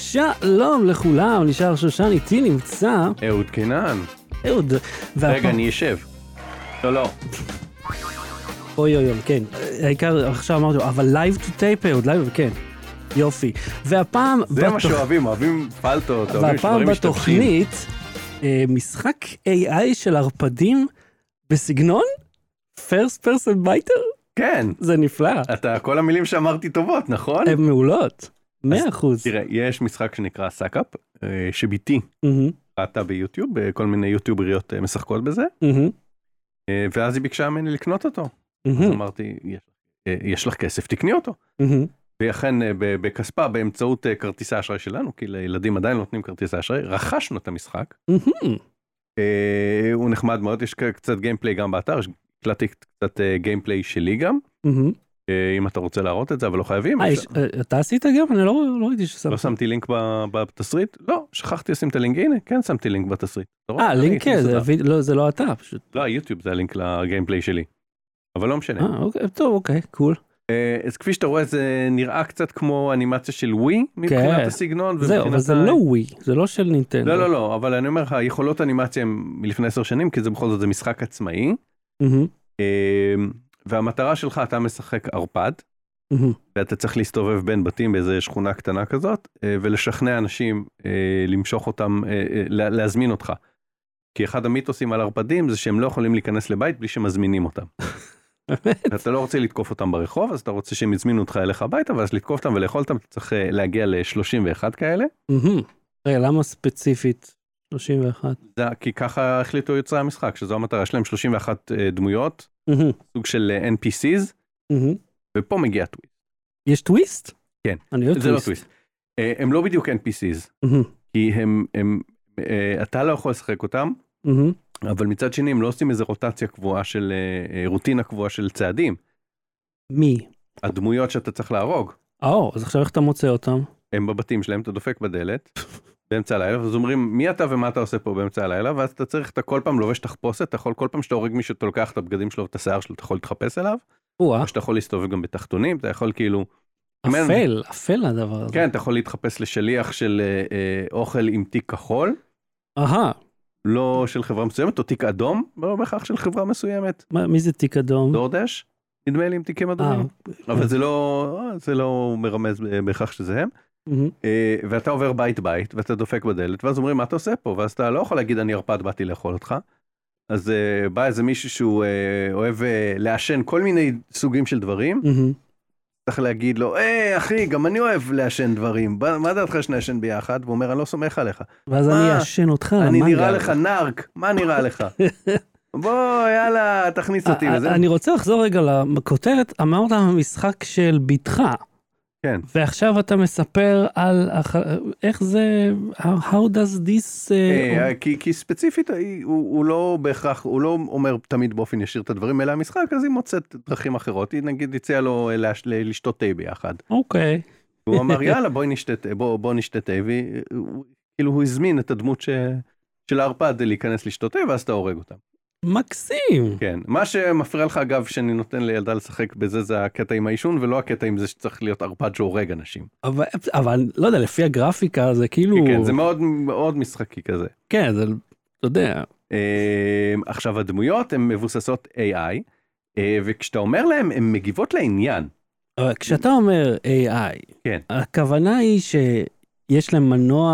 שלום לכולם, נשאר שושן, איתי נמצא אהוד קינן. אהוד. רגע, אני אשב. לא. אוי, כן. העיקר עכשיו אמרתי, אבל live to tape, אהוד, live, כן. יופי. והפעם... זה מה שאוהבים פלטות, והפעם בתוכנית, משחק AI של ערפדים בסגנון first person biter? כן. זה נפלא. כל המילים שאמרתי טובות, נכון? הן מעולות. 100%. תראה, יש משחק שנקרא סאקאפ, שביתי, ראתה ביוטיוב, כל מיני יוטיובריות משחקות בזה, ואז היא ביקשה ממני לקנות אותו. אז אמרתי, יש לך כסף, תקני אותו. ואכן בכספה, באמצעות כרטיסי האשראי שלנו, כי לילדים עדיין לא נותנים כרטיסי האשראי, רכשנו את המשחק. הוא נחמד מאוד, יש קצת גיימפליי גם באתר, יש קצת גיימפליי שלי גם. אם אתה רוצה להראות את זה, אבל לא חייבים. אתה עשית גם? אני לא ראיתי ששמתי. לא שמתי לינק בתסריט? לא, שכחתי לשים את הלינק, הנה, כן שמתי לינק בתסריט. לינק, זה לא אתה פשוט. לא, היוטיוב זה הלינק לגיימפליי שלי. אבל לא משנה. טוב, אוקיי, קול. אז כפי שאתה רואה, זה נראה קצת כמו אנימציה של ווי, מבחינת הסגנון. זהו, אבל זה לא ווי, זה לא של נינטנדו. לא, אבל אני אומר לך, היכולות אנימציה הן מלפני 10 שנים, כי זה בכל זאת זה משחק עצמאי. והמטרה שלך, אתה משחק ערפד, ואתה צריך להסתובב בין בתים באיזו שכונה קטנה כזאת, ולשכנע אנשים, למשוך אותם, להזמין אותך. כי אחד המיתוסים על ערפדים זה שהם לא יכולים להיכנס לבית בלי שמזמינים אותם. אתה לא רוצה לתקוף אותם ברחוב, אז אתה רוצה שהם יזמינו אותך אליך הביתה, ואז לתקוף אותם ולאכול אותם, אתה צריך להגיע ל-31 כאלה. למה ספציפית 31? כי ככה החליטו יוצרי המשחק, שזו המטרה, יש להם 31 דמויות, סוג של NPCs, ופה מגיע טוויסט. יש טוויסט? כן, זה לא טוויסט. הם לא בדיוק NPCs, כי אתה לא יכול לשחק אותם, אבל מצד שני הם לא עושים איזו רוטציה קבועה של, רוטינה קבועה של צעדים. מי? הדמויות שאתה צריך להרוג. אז עכשיו איך אתה מוצא אותם? הם בבתים שלהם, אתה דופק בדלת, באמצע הלילה, ואז אומרים, מי אתה ומה אתה עושה פה באמצע הלילה, ואז אתה צריך, אתה כל פעם לובש תחפושת, אתה יכול כל פעם שאתה הורג מישהו, אתה לוקח את הבגדים שלו ואת השיער שלו, אתה יכול להתחפש אליו, או שאתה יכול להסתובב גם בתחתונים, אתה יכול כאילו... אפל הדבר הזה. כן, אתה יכול להתחפש לשליח של אוכל עם תיק כחול, לא של חברה מסוימת, או תיק אדום, לא בהכרח של חברה מסוימת. מי זה תיק אדום? דורדש, נדמה לי עם תיקים אדומים. אבל זה לא מרמז בהכרח שזה הם. ואתה עובר בית, ואתה דופק בדלת, ואז אומרים, מה אתה עושה פה? ואז אתה לא יכול להגיד, אני ערפד, באתי לאכול אותך. אז בא איזה מישהו שהוא אוהב לעשן כל מיני סוגים של דברים, צריך להגיד לו, אחי, גם אני אוהב לעשן דברים, מה דעתך שנעשן ביחד? והוא אומר, אני לא סומך עליך. ואז אני אעשן אותך. אני נראה לך נרק, מה נראה לך? בוא, יאללה, תכניס אותי לזה. אני רוצה לחזור רגע לכותרת, אמרת משחק של ביתך. כן. ועכשיו אתה מספר על איך זה, how does this... כי ספציפית הוא לא בהכרח, הוא לא אומר תמיד באופן ישיר את הדברים אלה המשחק, אז היא מוצאת דרכים אחרות, היא נגיד הציעה לו לשתות תה ביחד. אוקיי. הוא אמר יאללה בוא נשתה תה, וכאילו הוא הזמין את הדמות של הערפד להיכנס לשתות תה, ואז אתה הורג אותם. מקסים. כן, מה שמפריע לך אגב שאני נותן לילדה לשחק בזה זה הקטע עם האישון ולא הקטע עם זה שצריך להיות ערפד שהורג אנשים. אבל לא יודע, לפי הגרפיקה זה כאילו... כן, זה מאוד מאוד משחקי כזה. כן, זה, אתה יודע. עכשיו הדמויות הן מבוססות AI, וכשאתה אומר להם הן מגיבות לעניין. כשאתה אומר AI, כן. הכוונה היא שיש להם מנוע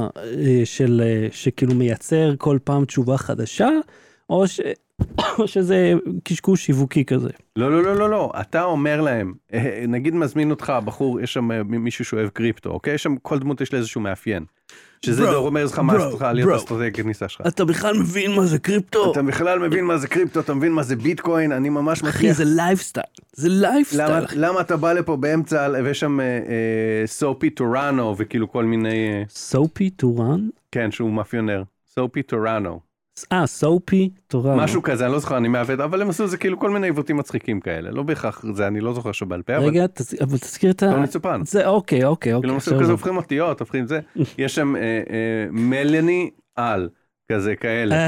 שכאילו מייצר כל פעם תשובה חדשה, או שזה קשקוש שיווקי כזה. לא, אתה אומר להם, נגיד מזמין אותך, בחור, יש שם מישהו שאוהב קריפטו, אוקיי? יש שם כל דמות יש לה איזשהו מאפיין. שזה אומר לך מה צריך להיות אסטרטגיה כניסה שלך. אתה בכלל מבין מה זה קריפטו? אתה בכלל מבין מה זה קריפטו, אתה מבין מה זה ביטקוין, אני ממש מצליח. אחי, זה לייפסטייל. זה לייפסטייל. למה אתה בא לפה באמצע, ויש שם סופי טורנו, וכאילו כל מיני... סופי טורן? כן, שהוא מאפיונר. סופי טורנו. סופי טורנו. משהו כזה, אני לא זוכר, אני מעבד, אבל הם עשו זה כאילו כל מיני עיוותים מצחיקים כאלה. לא בהכרח זה, אני לא זוכר שבעל פה. רגע, אבל תזכיר את ה... טוני צופן. זה אוקיי. כאילו מסוג כזה הופכים אותיות, הופכים זה. יש שם מלני על, כזה כאלה.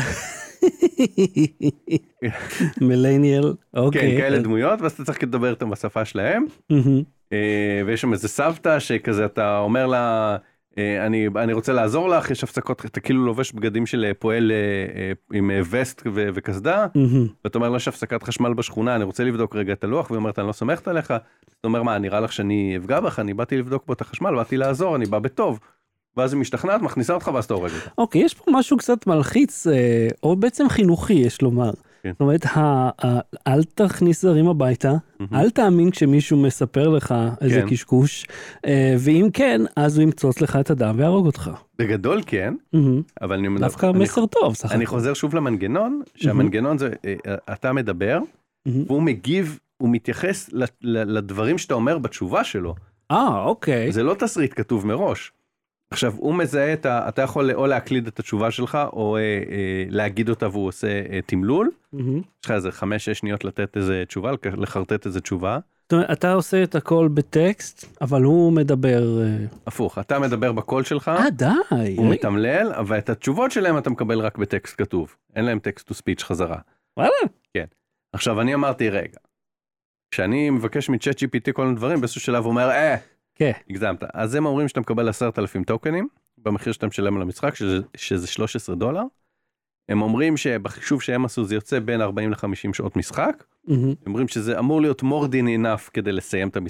מילניאל, אוקיי. כן, כאלה דמויות, ואז אתה צריך לדבר איתם בשפה שלהם. ויש שם איזה סבתא שכזה, אתה אומר לה... אני רוצה לעזור לך, יש הפסקות, אתה כאילו לובש בגדים של פועל עם וסט וכסדה, ואתה אומר, יש הפסקת חשמל בשכונה, אני רוצה לבדוק רגע את הלוח, והיא אומרת, אני לא סומכת עליך, זאת אומרת, מה, נראה לך שאני אפגע בך, אני באתי לבדוק פה את החשמל, באתי לעזור, אני בא בטוב, ואז היא משתכנעת, מכניסה אותך, ואז אתה הורג אותה. אוקיי, יש פה משהו קצת מלחיץ, או בעצם חינוכי, יש לומר. זאת אומרת, אל תכניס זרים הביתה, אל תאמין כשמישהו מספר לך איזה קשקוש, ואם כן, אז הוא ימצוץ לך את הדם ויהרוג אותך. בגדול כן, אבל אני... דווקא מסר טוב, סך הכל. אני חוזר שוב למנגנון, שהמנגנון זה, אתה מדבר, והוא מגיב, הוא מתייחס לדברים שאתה אומר בתשובה שלו. אוקיי. זה לא תסריט כתוב מראש. עכשיו, הוא מזהה אתה יכול או להקליד את התשובה שלך, או להגיד אותה והוא עושה תמלול. יש לך איזה 5-6 שניות לתת איזה תשובה, לחרטט איזה תשובה. זאת אומרת, אתה עושה את הכל בטקסט, אבל הוא מדבר... הפוך, אתה מדבר בקול שלך. די. הוא מתמלל, אבל את התשובות שלהם אתה מקבל רק בטקסט כתוב. אין להם טקסט to speech חזרה. וואלה? כן. עכשיו, אני אמרתי, רגע, כשאני מבקש מ-ChatGPT כל מיני דברים, באיזשהו שלב הוא אומר, כן. הגזמת. אז הם אומרים שאתה מקבל 10,000 טוקנים, במחיר שאתה משלם על המשחק, שזה $13. הם אומרים שבחישוב שהם עשו, זה יוצא בין 40 ל-50 שעות משחק. הם אומרים שזה אמור להיות more than enough כדי לסיים את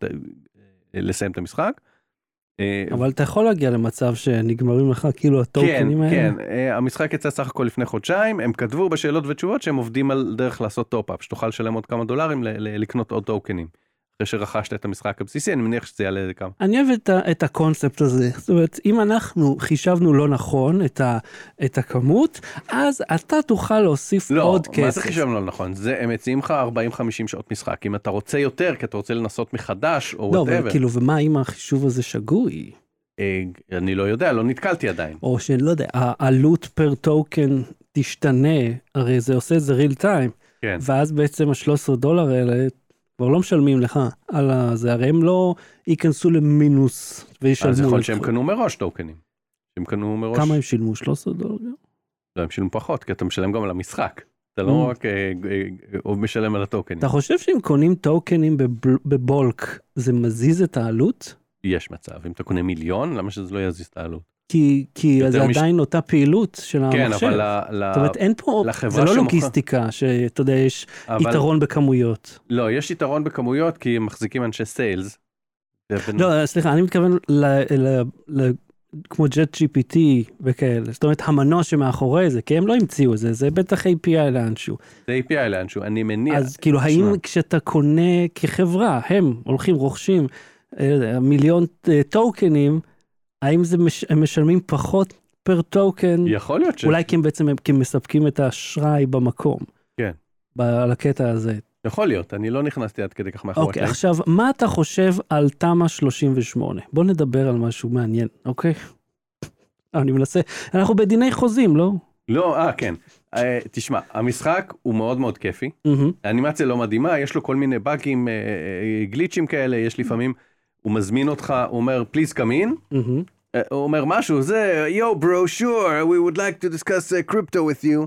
המשחק. אבל אתה יכול להגיע למצב שנגמרים לך כאילו הטוקנים האלה? כן, המשחק יצא סך הכל לפני חודשיים, הם כתבו בשאלות ותשובות שהם עובדים על דרך לעשות טופ-אפ, שתוכל לשלם עוד כמה דולרים לקנות עוד טוקנים. אחרי שרכשת את המשחק הבסיסי, אני מניח שזה יעלה כמה. אני אוהב את הקונספט הזה. זאת אומרת, אם אנחנו חישבנו לא נכון את הכמות, אז אתה תוכל להוסיף עוד כסף. לא, מה זה חישבנו לא נכון? הם מציעים לך 40-50 שעות משחק. אם אתה רוצה יותר, כי אתה רוצה לנסות מחדש, או לא, whatever. אבל כאילו, ומה אם החישוב הזה שגוי? אני לא יודע, לא נתקלתי עדיין. או שלא יודע, העלות פר טוקן תשתנה, הרי זה עושה את זה real time. כן. ואז בעצם $13 האלה, כבר לא משלמים לך על זה, הרי הם לא ייכנסו למינוס וישלמו. אז יכול שהם קנו מראש טוקנים. הם קנו מראש... כמה הם שילמו? $13? לא, הם שילמו פחות, כי אתה משלם גם על המשחק. אתה לא רק משלם על הטוקנים. אתה חושב שהם קונים טוקנים בבולק, זה מזיז את העלות? יש מצב. אם אתה קונה 1,000,000, למה שזה לא יזיז את העלות? כי זה עדיין אותה פעילות של המחשב. כן, אבל זאת אומרת, אין פה, זה לא לוגיסטיקה, שאתה יודע, יש יתרון בכמויות. לא, יש יתרון בכמויות, כי הם מחזיקים אנשי סיילס. לא, סליחה, אני מתכוון כמו JetGPT וכאלה. זאת אומרת, המנוע שמאחורי זה, כי הם לא המציאו את זה, זה בטח API לאנשהו. זה API לאנשהו, אני מניח. אז כאילו, האם כשאתה קונה כחברה, הם הולכים, רוכשים 1,000,000 טוקנים, האם הם משלמים פחות פר טוקן? יכול להיות אולי כי הם בעצם מספקים את האשראי במקום. כן. על הקטע הזה. יכול להיות, אני לא נכנסתי עד כדי כך מאחורי. אוקיי, עכשיו, מה אתה חושב על תמ"א 38? בוא נדבר על משהו מעניין, אוקיי? אני מנסה, אנחנו בדיני חוזים, לא? לא, כן. תשמע, המשחק הוא מאוד מאוד כיפי. האנימציה לא מדהימה, יש לו כל מיני באגים, גליצ'ים כאלה, יש לפעמים, הוא מזמין אותך, הוא אומר, please come in. הוא אומר משהו, זה, yo bro, sure, we would like to discuss crypto with you.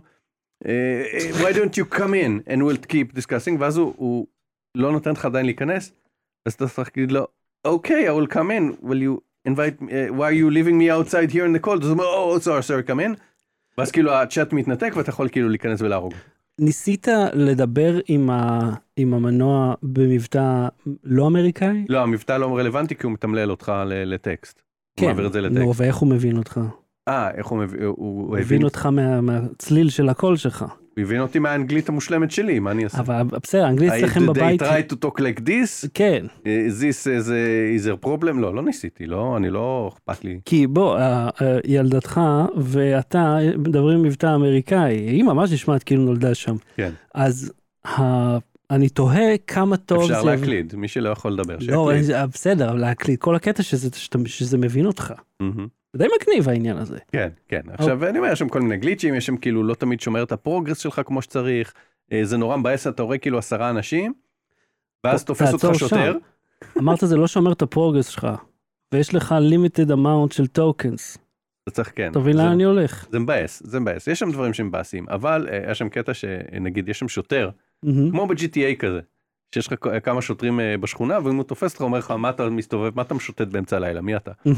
Why don't you come in and we'll keep discussing, ואז הוא לא נותן לך עדיין להיכנס, אז אתה צריך להגיד לו, okay, I will come in, will you invite me, why are you leaving me outside here in the cold? אז הוא אומר, oh, sorry, come in, ואז כאילו הצ'אט מתנתק, ואתה יכול כאילו להיכנס ולהרוג. ניסית לדבר עם המנוע במבטא לא אמריקאי? לא, המבטא לא רלוונטי, כי הוא מתמלל אותך לטקסט. כן, הוא מעביר את זה לטקסט. נו, ואיך הוא מבין אותך? איך הוא מבין? הוא הבין אותך מהצליל של הקול שלך. הוא הבין אותי מהאנגלית המושלמת שלי, מה אני אעשה? אבל בסדר, האנגלית אצלכם בבית... They try to talk like this? כן. This is a problem? לא ניסיתי, אני לא אכפת לי. כי בוא, ילדתך ואתה מדברים מבטא אמריקאי, היא ממש נשמעת כאילו נולדה שם. כן. אז אני תוהה כמה טוב זה... אפשר להקליד, מי שלא יכול לדבר, לא, בסדר, אבל להקליד, כל הקטע שזה מבין אותך. זה די מגניב העניין הזה. כן, כן. עכשיו, אני אומר, יש שם כל מיני גליצ'ים, יש שם כאילו לא תמיד שומר את הפרוגרס שלך כמו שצריך, זה נורא מבאס, אתה רואה כאילו 10 אנשים, ואז תופס אותך שוטר. אמרת זה לא שומר את הפרוגרס שלך, ויש לך limited amount של טוקנס. אתה צריך, כן. תבין לאן אני הולך. זה מבאס, יש שם דברים שהם באסים, אבל יש שם קטע שנגיד, יש שם שוטר, כמו ב-GTA כזה, שיש לך כמה שוטרים בשכונה, ואם הוא תופס לך, אומר לך, מה אתה מסתובב, מה אתה משוטט באמצע הלילה, מי אתה?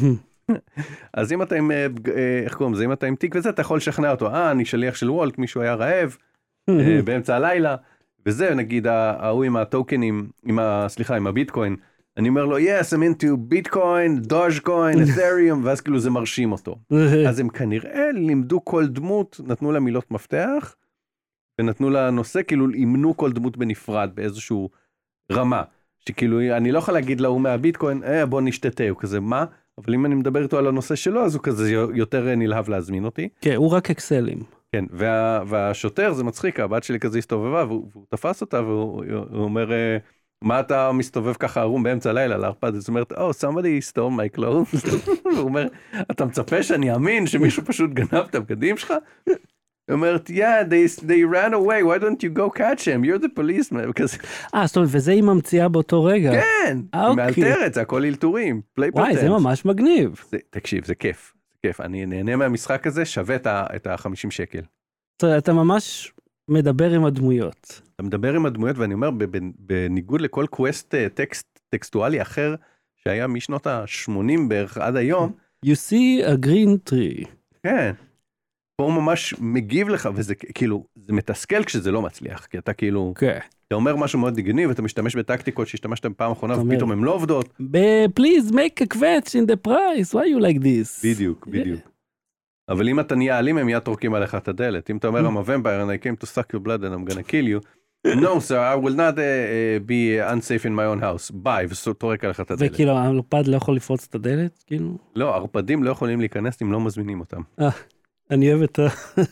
אז אם אתה עם, איך קוראים לזה, אם אתה עם תיק וזה, אתה יכול לשכנע אותו, אני שליח של וולט, מישהו היה רעב, באמצע הלילה, וזה, נגיד, ההוא עם הטוקנים, סליחה, עם הביטקוין, אני אומר לו, yes, I'm into Bitcoin, Dogecoin, Ethereum, ואז כאילו זה מרשים אותו. אז הם כנראה לימדו כל דמות, נתנו לה מילות מפתח, ונתנו לה נושא, כאילו אימנו כל דמות בנפרד, באיזשהו רמה, שכאילו, אני לא יכול להגיד לה, הוא מהביטקוין, בוא נשתתה, הוא כזה, מה? אבל אם אני מדבר איתו על הנושא שלו, אז הוא כזה יותר נלהב להזמין אותי. כן, הוא רק אקסלים. כן, והשוטר, זה מצחיק, הבת שלי כזה הסתובבה, והוא תפס אותה, והוא אומר, מה אתה מסתובב ככה ערום באמצע הלילה לערפד? זאת אומרת, somebody stole my clothes. הוא אומר, אתה מצפה שאני אאמין שמישהו פשוט גנב את הבגדים שלך? היא אומרת, they ran away, why don't you go catch him? You're the policeman. זאת אומרת, וזה היא ממציאה באותו רגע. כן, היא מאלתרת, זה הכל אלתורים. וואי, זה ממש מגניב. תקשיב, זה כיף. אני נהנה מהמשחק הזה, שווה את ה-50 שקל. אתה ממש מדבר עם הדמויות. אתה מדבר עם הדמויות, ואני אומר, בניגוד לכל קווסט טקסטואלי אחר, שהיה משנות ה-80 בערך עד היום. You see a green tree. כן. פה הוא ממש מגיב לך, וזה כאילו, זה מתסכל כשזה לא מצליח, כי אתה כאילו, אתה אומר משהו מאוד דגני, ואתה משתמש בטקטיקות שהשתמשת בפעם האחרונה, ופתאום הן לא עובדות. Please make a quetch in the price, why you like this? בדיוק. אבל אם אתה נהיה אלים, הם מיד תורקים עליך את הדלת. אם אתה אומר, I'm a vampire, and I came to suck your blood, and I'm gonna kill you. No, sir, I will not be unsafe in my own house. Bye, ותורק עליך את הדלת. וכאילו, הערפד לא יכול לפרוץ את הדלת? כאילו? לא, ערפדים לא יכולים להיכנס אם לא מזמינים אותם. אני אוהב את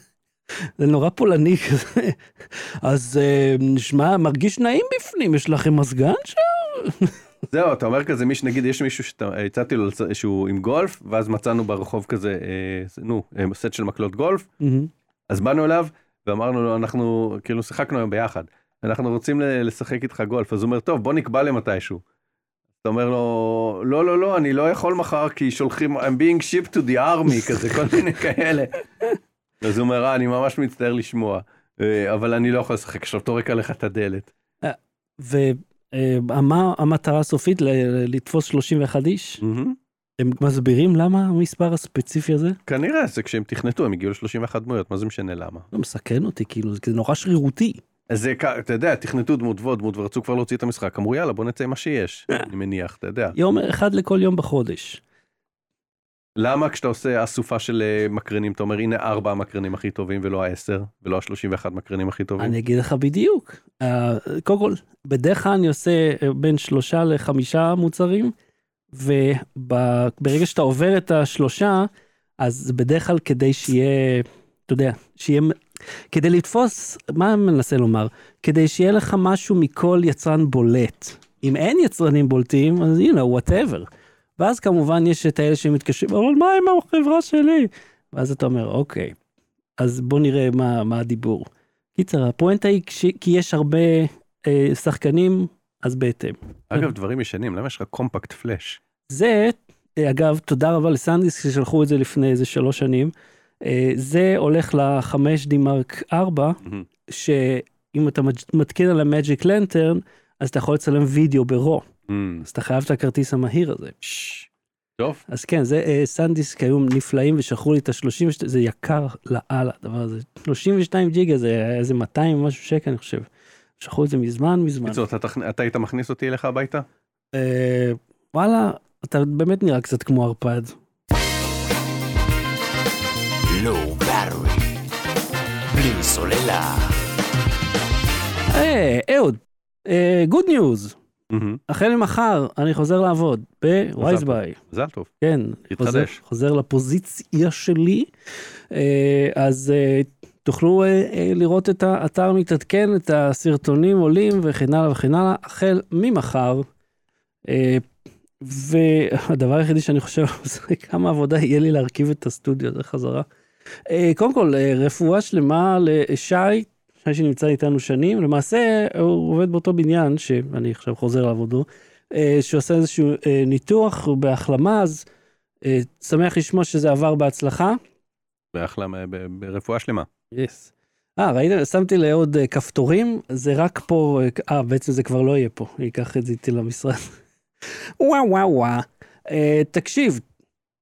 זה נורא פולני כזה. אז נשמע, מרגיש נעים בפנים, יש לכם מזגן שם? זהו, אתה אומר כזה, נגיד יש מישהו שהצעתי לו שהוא עם גולף, ואז מצאנו ברחוב כזה, סט של מקלות גולף, אז באנו אליו, ואמרנו לו, אנחנו כאילו שיחקנו היום ביחד, אנחנו רוצים לשחק איתך גולף, אז הוא אומר, טוב, בוא נקבע למתישהו. אתה אומר לו, לא, אני לא יכול מחר, כי שולחים, I'm being shipped to the army, כזה, כל מיני כאלה. אז הוא אומר, אני ממש מצטער לשמוע, אבל אני לא יכול לשחק, עכשיו תורק עליך את הדלת. ומה המטרה הסופית? לתפוס 31 איש? הם מסבירים למה המספר הספציפי הזה? כנראה, זה כשהם תכנתו, הם הגיעו ל-31 דמויות, מה זה משנה למה? זה מסכן אותי, כאילו, זה נורא שרירותי. אז אתה יודע, תכנתו דמות ורצו כבר להוציא את המשחק, אמרו יאללה, בוא נצא מה שיש, אני מניח, אתה יודע. יום אחד לכל יום בחודש. למה כשאתה עושה אסופה של מקרנים, אתה אומר, הנה 4 המקרנים הכי טובים, ולא ה-10, ולא ה-31 מקרנים הכי טובים? אני אגיד לך בדיוק. קודם כל, בדרך כלל אני עושה בין 3 ל-5 מוצרים, וברגע שאתה עובר את 3, אז בדרך כלל כדי שיהיה, אתה יודע, כדי לתפוס, מה אני מנסה לומר? כדי שיהיה לך משהו מכל יצרן בולט. אם אין יצרנים בולטים, אז whatever. ואז כמובן יש את האלה שמתקשרים, אבל מה עם החברה שלי? ואז אתה אומר, אוקיי, אז בוא נראה מה הדיבור. קיצר, הפואנטה היא כי יש הרבה שחקנים, אז בהתאם. אגב, דברים ישנים, למה יש לך קומפקט פלאש? זה, אגב, תודה רבה לסנדיסק ששלחו את זה לפני איזה 3 שנים. זה הולך ל5D Mark 4, שאם אתה מתקין על המאג'יק לנטרן, אז אתה יכול לצלם וידאו ברו. אז אתה חייב את הכרטיס המהיר הזה. טוב. אז כן, זה סנדיסק היו נפלאים ושלחו לי את ה-32, זה יקר לעלה, הדבר הזה. 32 ג'יגה זה איזה 200 משהו שקל, אני חושב. שלחו את זה מזמן. קיצור, אתה היית מכניס אותי אליך הביתה? וואלה, אתה באמת נראה קצת כמו ערפד. Low battery. בלי סוללה. אהוד, good news. החל ממחר אני חוזר לעבוד בווייזביי. מזל טוב. כן, חוזר לפוזיציה שלי. אז תוכלו לראות את האתר מתעדכן, את הסרטונים עולים וכן הלאה וכן הלאה, החל ממחר. והדבר היחידי שאני חושב זה כמה עבודה יהיה לי להרכיב את הסטודיו הזה חזרה. קודם כל, רפואה שלמה לשי שנמצא איתנו שנים, למעשה הוא עובד באותו בניין, שאני עכשיו חוזר לעבודו, שעושה איזשהו ניתוח בהחלמה, אז שמח לשמוע שזה עבר בהצלחה. בהחלמה, ברפואה שלמה. Yes. ראית, שמתי לעוד כפתורים, זה רק פה, בעצם זה כבר לא יהיה פה, אני אקח את זה איתי למשרד. וואו. תקשיב,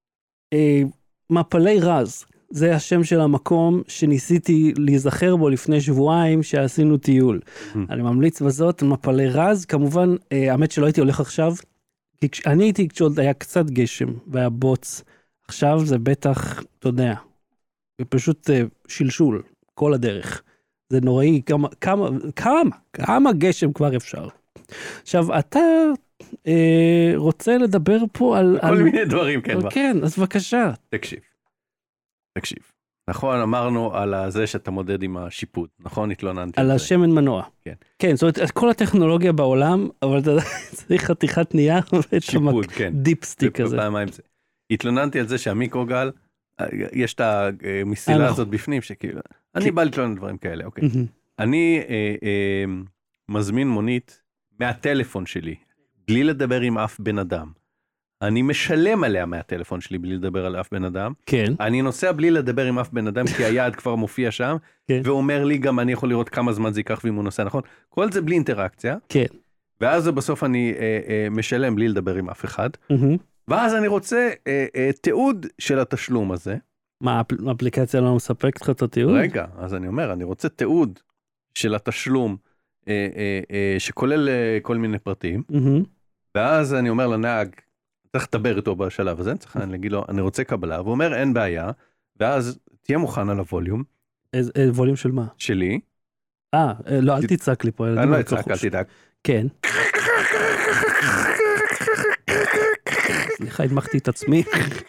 מפלי רז, זה השם של המקום שניסיתי להיזכר בו לפני שבועיים שעשינו טיול. אני ממליץ בזאת, מפלי רז, כמובן, האמת שלא הייתי הולך עכשיו, כי אני הייתי כשעוד היה קצת גשם והיה בוץ, עכשיו זה בטח, אתה יודע, פשוט שלשול, כל הדרך. זה נוראי, כמה גשם כבר אפשר. עכשיו, אתה רוצה לדבר פה על... כל מיני דברים, כן. כן, אז בבקשה. תקשיב. נכון, אמרנו על זה שאתה מודד עם השיפוט, נכון? התלוננתי. על השמן מנוע. כן. כן, זאת אומרת, כל הטכנולוגיה בעולם, אבל אתה צריך חתיכת נייר, שיפוט, כן. דיפסטיק כזה. התלוננתי על זה שהמיקרוגל, יש את המסילה הזאת בפנים, שכאילו, אני בא לתלונן דברים כאלה, אוקיי. אני מזמין מונית מהטלפון שלי, בלי לדבר עם אף בן אדם. אני משלם עליה מהטלפון שלי בלי לדבר על אף בן אדם. כן. אני נוסע בלי לדבר עם אף בן אדם, כי היעד כבר מופיע שם, כן. ואומר לי גם אני יכול לראות כמה זמן זה ייקח ואם הוא נוסע, נכון? כל זה בלי אינטראקציה. כן. ואז בסוף אני משלם בלי לדבר עם אף אחד. ואז אני רוצה תיעוד של התשלום הזה. מה, האפליקציה לא מספקת לך את התיעוד? רגע, אז אני אומר, אני רוצה תיעוד של התשלום, שכולל כל מיני פרטים, ואז אני אומר לנהג, צריך לדבר איתו בשלב הזה, צריך להגיד לו, אני רוצה קבלה, והוא אומר, אין בעיה, ואז תהיה מוכן על הווליום. ווליום של מה? שלי. לא, אל תצעק לי פה. אני לא אצעק, אל תדאג. כן. סליחה, הדמחתי את עצמי.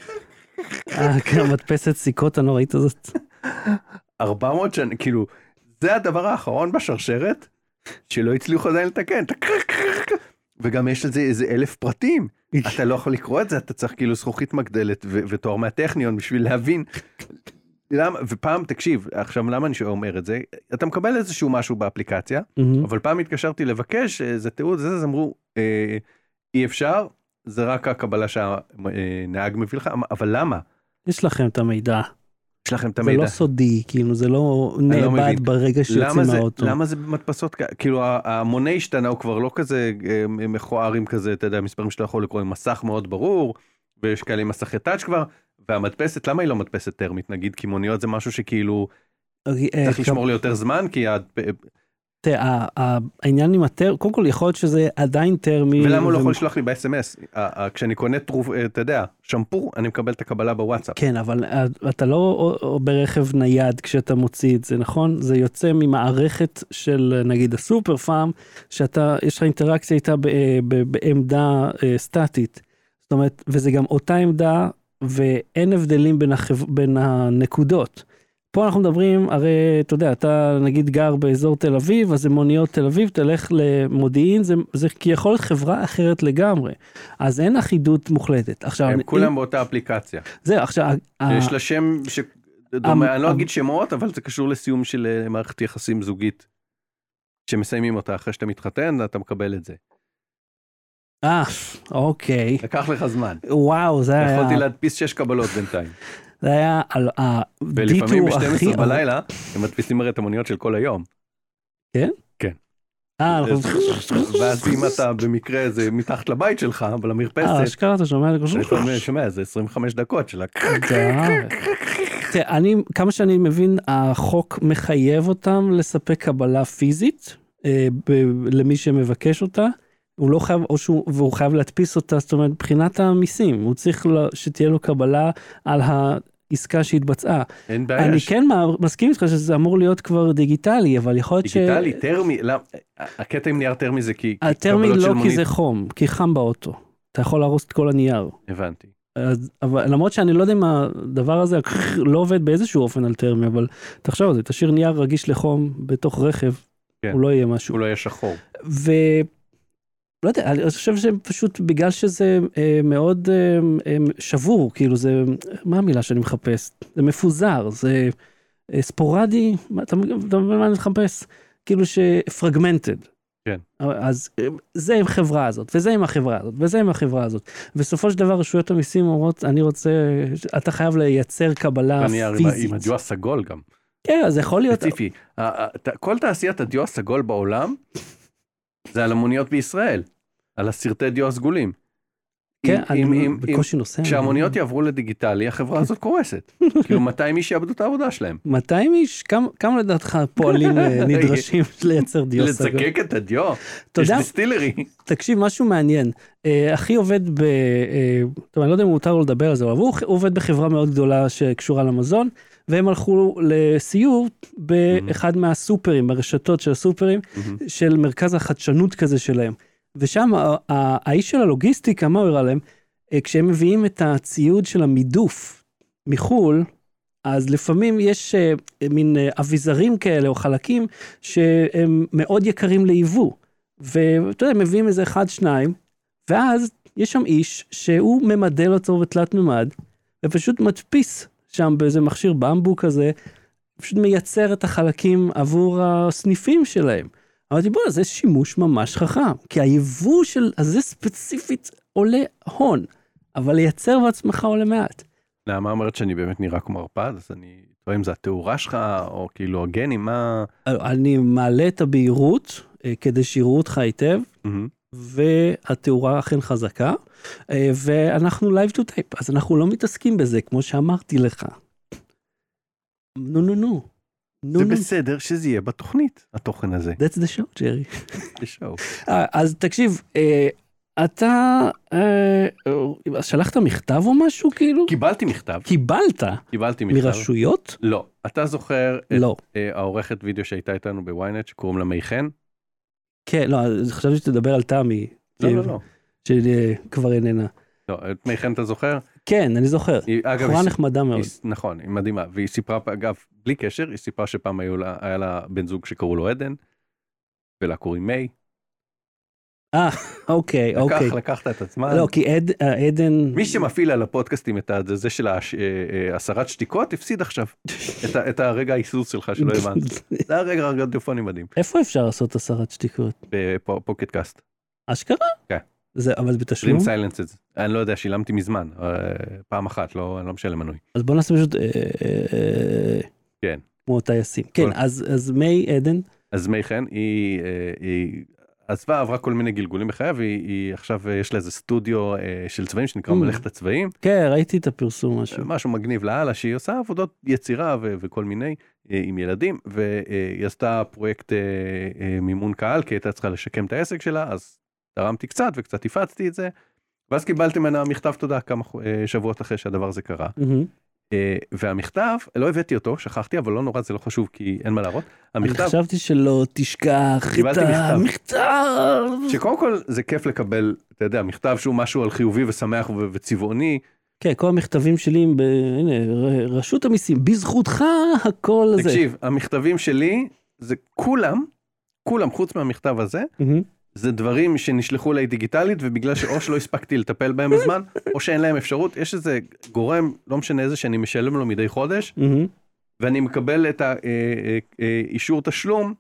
מדפסת סיכות הנוראית הזאת. 400 שנים, כאילו, זה הדבר האחרון בשרשרת, שלא הצליחו עדיין לתקן. וגם יש לזה איזה 1000 פרטים. אתה לא יכול לקרוא את זה, אתה צריך כאילו זכוכית מגדלת ותואר מהטכניון בשביל להבין. ופעם, תקשיב, עכשיו למה אני אומר את זה? אתה מקבל איזשהו משהו באפליקציה, אבל פעם התקשרתי לבקש, זה תיעוד, אז אמרו, אי אפשר, זה רק הקבלה שהנהג מביא לך, אבל למה? יש לכם את המידע. יש לכם את המידע. זה לא סודי, כאילו זה לא נאבד ברגע שיוצאים מהאוטו. למה זה מדפסות, כאילו המונה השתנה הוא כבר לא כזה מכוער עם כזה, אתה יודע, מספרים שאתה יכול לקרוא עם מסך מאוד ברור, ויש כאלה עם מסכי טאץ' כבר, והמדפסת, למה היא לא מדפסת טרמית, נגיד, כי מוניות זה משהו שכאילו, צריך לשמור לי יותר זמן, כי תראה, העניין עם קודם כל יכול להיות שזה עדיין טרמי. ולמה הוא לא יכול לשלוח לי ב-SMS? כשאני קונה אתה יודע, שמפור, אני מקבל את הקבלה בוואטסאפ. כן, אבל אתה לא ברכב נייד כשאתה מוציא את זה, נכון? זה יוצא ממערכת של נגיד הסופר פארם, שאתה, יש לך אינטראקציה איתה בעמדה סטטית. זאת אומרת, וזה גם אותה עמדה, ואין הבדלים בין הנקודות. פה אנחנו מדברים, הרי אתה יודע, אתה נגיד גר באזור תל אביב, אז זה מוניות תל אביב, תלך למודיעין, זה כי יכול להיות חברה אחרת לגמרי. אז אין אחידות מוחלטת. עכשיו, הם כולם באותה אפליקציה. זה, עכשיו... יש לה שם שדומה, אני לא אגיד שמות, אבל זה קשור לסיום של מערכת יחסים זוגית, שמסיימים אותה אחרי שאתה מתחתן, אתה מקבל את זה. אוקיי. לקח לך זמן. וואו, זה היה... יכולתי להדפיס 6 קבלות בינתיים. זה היה על ולפעמים ב-12 בלילה, הם מדפיסים הרי את המוניות של כל היום. כן? כן. ואז אם אתה במקרה זה מתחת לבית שלך, אבל המרפסת... אשכרה אתה שומע? אני שומע, זה 25 דקות של אני, כמה שאני מבין, החוק מחייב אותם לספק קבלה פיזית, למי שמבקש אותה, הוא לא חייב, והוא חייב להדפיס אותה, זאת אומרת, מבחינת המיסים, הוא צריך שתהיה לו קבלה על העסקה שהתבצעה. אין בעיה. אני כן מסכים איתך שזה אמור להיות כבר דיגיטלי, אבל יכול להיות דיגיטלי, טרמי, הקטע עם נייר טרמי זה כי... הטרמי לא כי זה חום, כי חם באוטו. אתה יכול להרוס את כל הנייר. הבנתי. אבל למרות שאני לא יודע אם הדבר הזה לא עובד באיזשהו אופן על טרמי, אבל תחשוב על זה, תשאיר נייר רגיש לחום בתוך רכב, הוא לא יהיה משהו. הוא לא יהיה שחור. לא יודע, אני חושב שפשוט בגלל שזה מאוד שבור, כאילו זה, מה המילה שאני מחפש? זה מפוזר, זה ספורדי, אתה מבין מה אני מחפש? כאילו שפרגמנטד. כן. אז זה עם החברה הזאת, וזה עם החברה הזאת, וזה עם החברה הזאת. בסופו של דבר רשויות המיסים אומרות, אני רוצה, אתה חייב לייצר קבלה פיזית. עם הדיו הסגול גם. כן, אז יכול להיות... ספציפי, כל תעשיית הדיו הסגול בעולם, זה על המוניות בישראל, על הסרטי דיו הסגולים. כן, אני בקושי נוסע. כשהמוניות יעברו לדיגיטלי, החברה הזאת קורסת. כאילו 200 איש יאבדו את העבודה שלהם. 200 איש? כמה לדעתך פועלים נדרשים לייצר דיו? לצקק את הדיו? יש דיסטילרי. תקשיב, משהו מעניין. אחי עובד טוב, אני לא יודע אם מותר לו לדבר על זה, אבל הוא עובד בחברה מאוד גדולה שקשורה למזון, והם הלכו לסיור באחד מהסופרים, ברשתות של הסופרים, של מרכז החדשנות כזה שלהם. ושם האיש של הלוגיסטיקה, מה הוא הראה להם? כשהם מביאים את הציוד של המידוף מחול, אז לפעמים יש מין אביזרים כאלה או חלקים שהם מאוד יקרים לעיוו. ואתה יודע, מביאים איזה 1-2, ואז יש שם איש שהוא ממדל אותו בתלת ממד, ופשוט מדפיס שם באיזה מכשיר במבו כזה, פשוט מייצר את החלקים עבור הסניפים שלהם. אמרתי, בוא, זה שימוש ממש חכם, כי היבוא של הזה ספציפית עולה הון, אבל לייצר בעצמך עולה מעט. למה אומרת שאני באמת נראה כמו ערפד? אז אני טועה אם זה התאורה שלך, או כאילו הגנים, מה... אני מעלה את הבהירות, כדי שיראו אותך היטב, והתאורה אכן חזקה, ואנחנו live to tape, אז אנחנו לא מתעסקים בזה, כמו שאמרתי לך. נו. זה בסדר שזה יהיה בתוכנית, התוכן הזה. That's the show, ג'רי. The show. אז תקשיב, אתה שלחת מכתב או משהו כאילו? קיבלתי מכתב. קיבלתי מכתב. מרשויות? לא. אתה זוכר את העורכת וידאו שהייתה איתנו בוויינט, שקוראים לה מי חן? כן, לא, חשבתי שתדבר על תמי. לא. שכבר איננה. לא, את מי חן אתה זוכר? כן, אני זוכר. בחורה נחמדה מאוד. נכון, היא מדהימה. והיא סיפרה, אגב, בלי קשר, היא סיפרה שפעם היה לה בן זוג שקראו לו עדן, ולה קוראים מי. אוקיי. לקחת את עצמה. לא, כי עדן... מי שמפעיל על הפודקאסטים את זה של הסרת שתיקות, הפסיד עכשיו את הרגע ההיסוס שלך שלא הבנת. זה הרגע רדיופוני מדהים. איפה אפשר לעשות הסרת שתיקות? בפוקט קאסט. אשכרה? כן. אבל בתשלום? אני לא יודע, שילמתי מזמן, פעם אחת, אני לא משלם מנוי. אז בוא נעשה פשוט... כן. כמו טייסים. כן, אז מי עדן? אז מי חן, היא עזבה, עברה כל מיני גלגולים בחייה, והיא עכשיו, יש לה איזה סטודיו של צבעים, שנקרא מלאכת הצבעים. כן, ראיתי את הפרסום משהו. משהו מגניב לאללה, שהיא עושה עבודות יצירה וכל מיני, עם ילדים, והיא עשתה פרויקט מימון קהל, כי הייתה צריכה לשקם את העסק שלה, אז תרמתי קצת וקצת הפצתי את זה, ואז קיבלתי ממנה מכתב תודה כמה שבועות אחרי שהדבר הזה קרה. והמכתב, לא הבאתי אותו, שכחתי, אבל לא נורא, זה לא חשוב, כי אין מה להראות. אני חשבתי שלא תשכח את המכתב. שקודם כל זה כיף לקבל, אתה יודע, מכתב שהוא משהו על חיובי ושמח וצבעוני. כן, כל המכתבים שלי, הנה, רשות המיסים, בזכותך הכל זה. תקשיב, המכתבים שלי, זה כולם, חוץ מהמכתב הזה, זה דברים שנשלחו אליי דיגיטלית, ובגלל שאו שלא הספקתי לטפל בהם בזמן, או שאין להם אפשרות, יש איזה גורם, לא משנה איזה, שאני משלם לו מדי חודש, ואני מקבל את האישור תשלום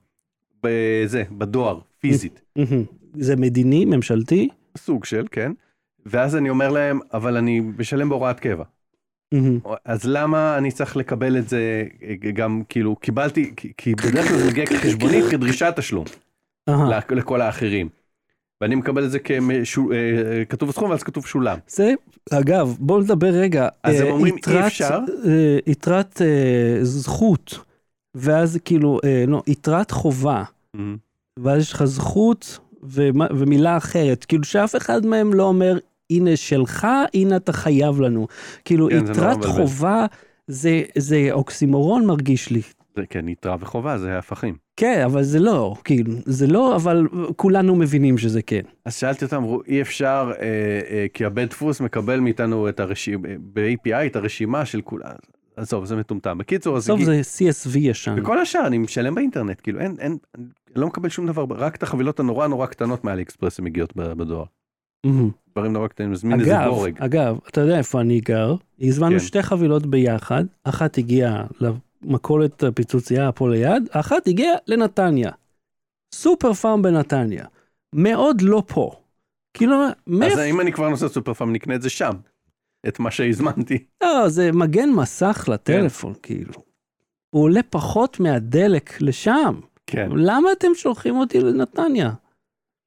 בדואר, פיזית. זה מדיני, ממשלתי? סוג של, כן. ואז אני אומר להם, אבל אני משלם בהוראת קבע. אז למה אני צריך לקבל את זה, גם כאילו, קיבלתי, כי בדרך כלל זה מגיע כחשבונית, כדרישת תשלום. לכל האחרים. ואני מקבל את זה ככתוב סכום, ואז כתוב שולם. זה, אגב, בואו נדבר רגע. אז הם אומרים אי אפשר. יתרת זכות, ואז כאילו, לא, יתרת חובה. ואז יש לך זכות ומילה אחרת. כאילו שאף אחד מהם לא אומר, הנה שלך, הנה אתה חייב לנו. כאילו, יתרת חובה, זה אוקסימורון מרגיש לי. כן, יתרה וחובה, זה הפכים. כן, אבל זה לא, כאילו, זה לא, אבל כולנו מבינים שזה כן. אז שאלתי אותם, אמרו, אי אפשר, כי הבית דפוס מקבל מאיתנו את הרשימה, ב-API, את הרשימה של כולם. עזוב, זה מטומטם. בקיצור, אז... בסוף זה CSV ישן. וכל השאר, אני משלם באינטרנט, כאילו, אני לא מקבל שום דבר, רק את החבילות הנורא נורא קטנות מעל אקספרס, הן מגיעות בדואר. דברים נורא קטנים, מזמין איזה בורג. אגב, אתה יודע איפה אני גר? הזמנו שתי חבילות ביחד, אחת הגיעה למכולת הפיצוצייה פה ליד, אחת הגיעה לנתניה. סופר פארם בנתניה. מאוד לא פה. כאילו, אז אם אני כבר נוסע סופר פארם, נקנה את זה שם. את מה שהזמנתי. לא, זה מגן מסך לטלפון, כאילו. הוא עולה פחות מהדלק לשם. כן. למה אתם שולחים אותי לנתניה?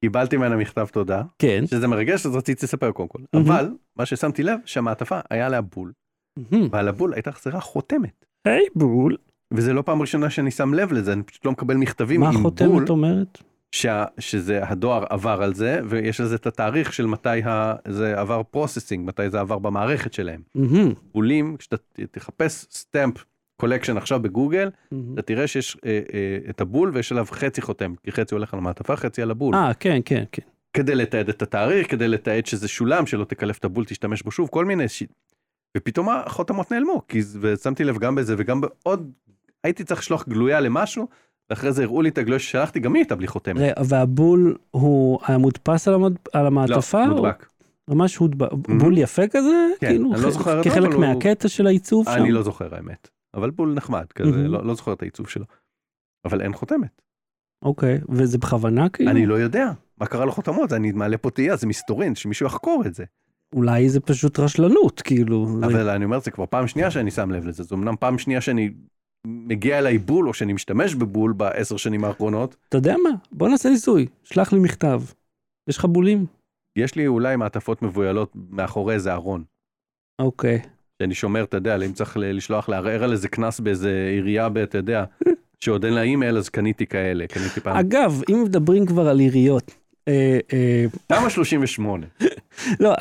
קיבלתי ממנה מכתב תודה, כן. שזה מרגש, אז רציתי לספר קודם כל. אבל, מה ששמתי לב, שהמעטפה היה לה בול, ועל הבול הייתה חסרה חותמת. היי בול. וזה לא פעם ראשונה שאני שם לב לזה, אני פשוט לא מקבל מכתבים עם בול. מה החותמת אומרת? שזה הדואר עבר על זה, ויש לזה את התאריך של מתי זה עבר פרוססינג, מתי זה עבר במערכת שלהם. בולים, כשאתה תחפש סטמפ קולקשן עכשיו בגוגל, אתה תראה שיש את הבול ויש עליו חצי חותם, כי חצי הולך על המעטפה, חצי על הבול. כן, כן, כן. כדי לתעד את התאריך, כדי לתעד שזה שולם, שלא תקלף את הבול, תשתמש בו שוב, כל מיני ופתאום החותמות נעלמו, ושמתי לב גם בזה, וגם בעוד, הייתי צריך לשלוח גלויה למשהו, ואחרי זה הראו לי את הגלויה ששלחתי, גם היא הייתה בלי חותמת. והבול הוא היה מודפס על המעטפה? לא, מודבק. ממש בול יפה כזה? כן, אני לא זוכר את זה, כחלק מהקטע של העיצוב שם? אני לא זוכר האמת, אבל בול נחמד, כזה, לא זוכר את העיצוב שלו. אבל אין חותמת. אוקיי, וזה בכוונה כאילו? אני לא יודע, מה קרה לחותמות, אני מעלה פה תהיה, זה מסתורין, שמישהו יחקור את זה. אולי זה פשוט רשלנות, כאילו. אבל אני אומר, זה כבר פעם שנייה שאני שם לב לזה, זו אמנם פעם שנייה שאני מגיע אליי בול, או שאני משתמש בבול ב10 שנים האחרונות. אתה יודע מה? בוא נעשה ניסוי, שלח לי מכתב. יש לך בולים? יש לי אולי מעטפות מבוילות מאחורי איזה ארון. אוקיי. שאני שומר, אתה יודע, אם צריך לשלוח, לערער על איזה כנס באיזה עירייה, אתה יודע, שעוד אין לה אימייל, אז קניתי כאלה, קניתי פעם. אגב, אם מדברים כבר על עיריות. תמ"א 38. לא,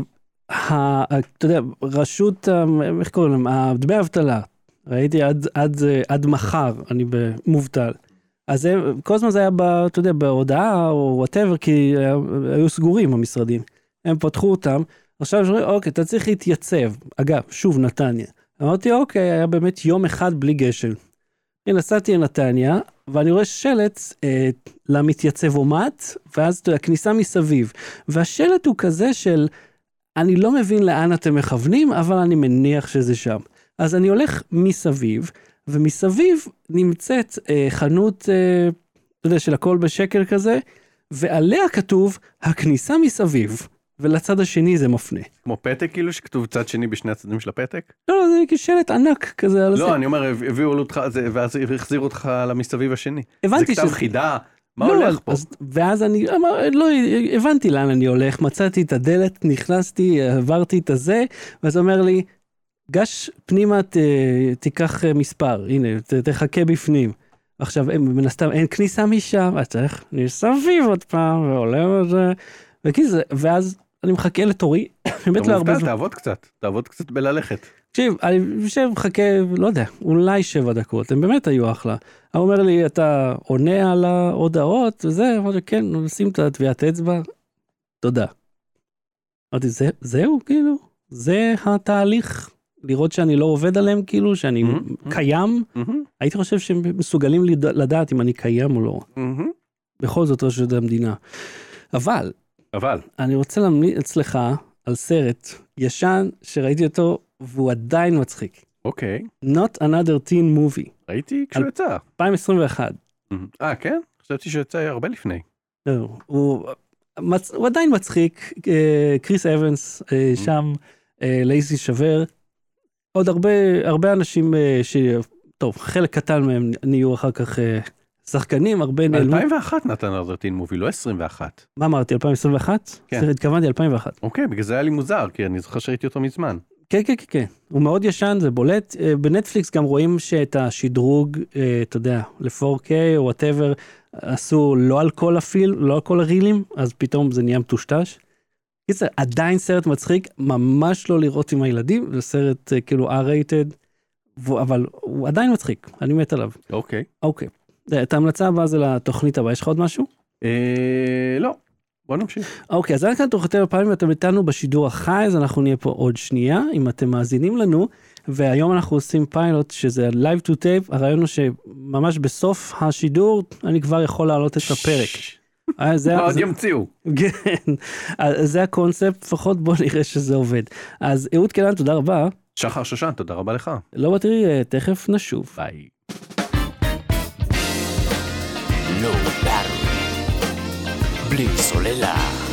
אתה יודע, רשות, איך קוראים להם, דמי אבטלה, ראיתי עד מחר, אני מובטל. אז כל הזמן זה היה, אתה יודע, בהודעה או whatever, כי היו סגורים המשרדים. הם פתחו אותם, עכשיו שאומרים, אוקיי, אתה צריך להתייצב. אגב, שוב, נתניה. אמרתי, אוקיי, היה באמת יום אחד בלי גשם. נסעתי לנתניה, ואני רואה שלט למתייצב אומת, ואז אתה יודע, כניסה מסביב. והשלט הוא כזה של, אני לא מבין לאן אתם מכוונים, אבל אני מניח שזה שם. אז אני הולך מסביב, ומסביב נמצאת חנות, אתה יודע, של הכל בשקל כזה, ועליה כתוב, הכניסה מסביב, ולצד השני זה מפנה. כמו פתק כאילו שכתוב צד שני בשני הצדדים של הפתק? לא, זה שלט ענק כזה. לא, אני אומר, הביאו אותך, ואז החזירו אותך למסביב השני. הבנתי זה כתב חידה, מה הולך פה? ואז אני, לא, הבנתי לאן אני הולך, מצאתי את הדלת, נכנסתי, עברתי את הזה, ואז אומר לי, גש פנימה, תיקח מספר, הנה, תחכה בפנים. עכשיו, מן הסתם, אין כניסה משם, אז צריך לסביב עוד פעם, ועולה וזה, ואז אני מחכה לתורי, באמת לא הרבה זמן. תעבוד קצת בללכת. תקשיב, אני חושב, מחכה, לא יודע, אולי 7 דקות, הם באמת היו אחלה. הוא אומר לי, אתה עונה על ההודעות, וזה, אמרתי, כן, נשים את הטביעת אצבע, תודה. אמרתי, זהו, כאילו, זה התהליך, לראות שאני לא עובד עליהם, כאילו, שאני קיים, הייתי חושב שהם מסוגלים לדעת אם אני קיים או לא. בכל זאת רשות המדינה. אבל, אני רוצה להמליץ אצלך על סרט ישן שראיתי אותו, והוא עדיין מצחיק. אוקיי. Not Another Teen Movie. ראיתי כשהוא יצא. 2021. כן? חשבתי שיצא הרבה לפני. הוא עדיין מצחיק, קריס אבנס שם, לייסי שבר, עוד הרבה אנשים טוב, חלק קטן מהם נהיו אחר כך שחקנים, הרבה נעלמו. 2001 נתן ארדרטין מובי, לא 21. מה אמרתי, 2021? כן. התכוונתי 2001. אוקיי, בגלל זה היה לי מוזר, כי אני זוכר שראיתי אותו מזמן. כן, כן, כן. הוא מאוד ישן, זה בולט. בנטפליקס גם רואים שאת השדרוג, אתה יודע, ל-4K או whatever, עשו לא על כל הפילם, לא על כל הרילים, אז פתאום זה נהיה מטושטש. קיצר, עדיין סרט מצחיק, ממש לא לראות עם הילדים, זה סרט כאילו R-rated, אבל הוא עדיין מצחיק, אני מת עליו. אוקיי. אוקיי. את ההמלצה הבאה זה לתוכנית הבאה, יש לך עוד משהו? לא, בוא נמשיך. אוקיי, אז עד כאן תוכניתנו הפעמים, אתם איתנו בשידור החי, אז אנחנו נהיה פה עוד שנייה, אם אתם מאזינים לנו, והיום אנחנו עושים פיילוט, שזה Live to Tape, הרעיון הוא שממש בסוף השידור, אני כבר יכול להעלות את הפרק. עוד ימציאו. כן, זה הקונספט, לפחות בוא נראה שזה עובד. אז אהוד קלן, תודה רבה. שחר שושן, תודה רבה לך. לא בתראי, תכף נשוב. ביי. Low Battery בלי סוללה.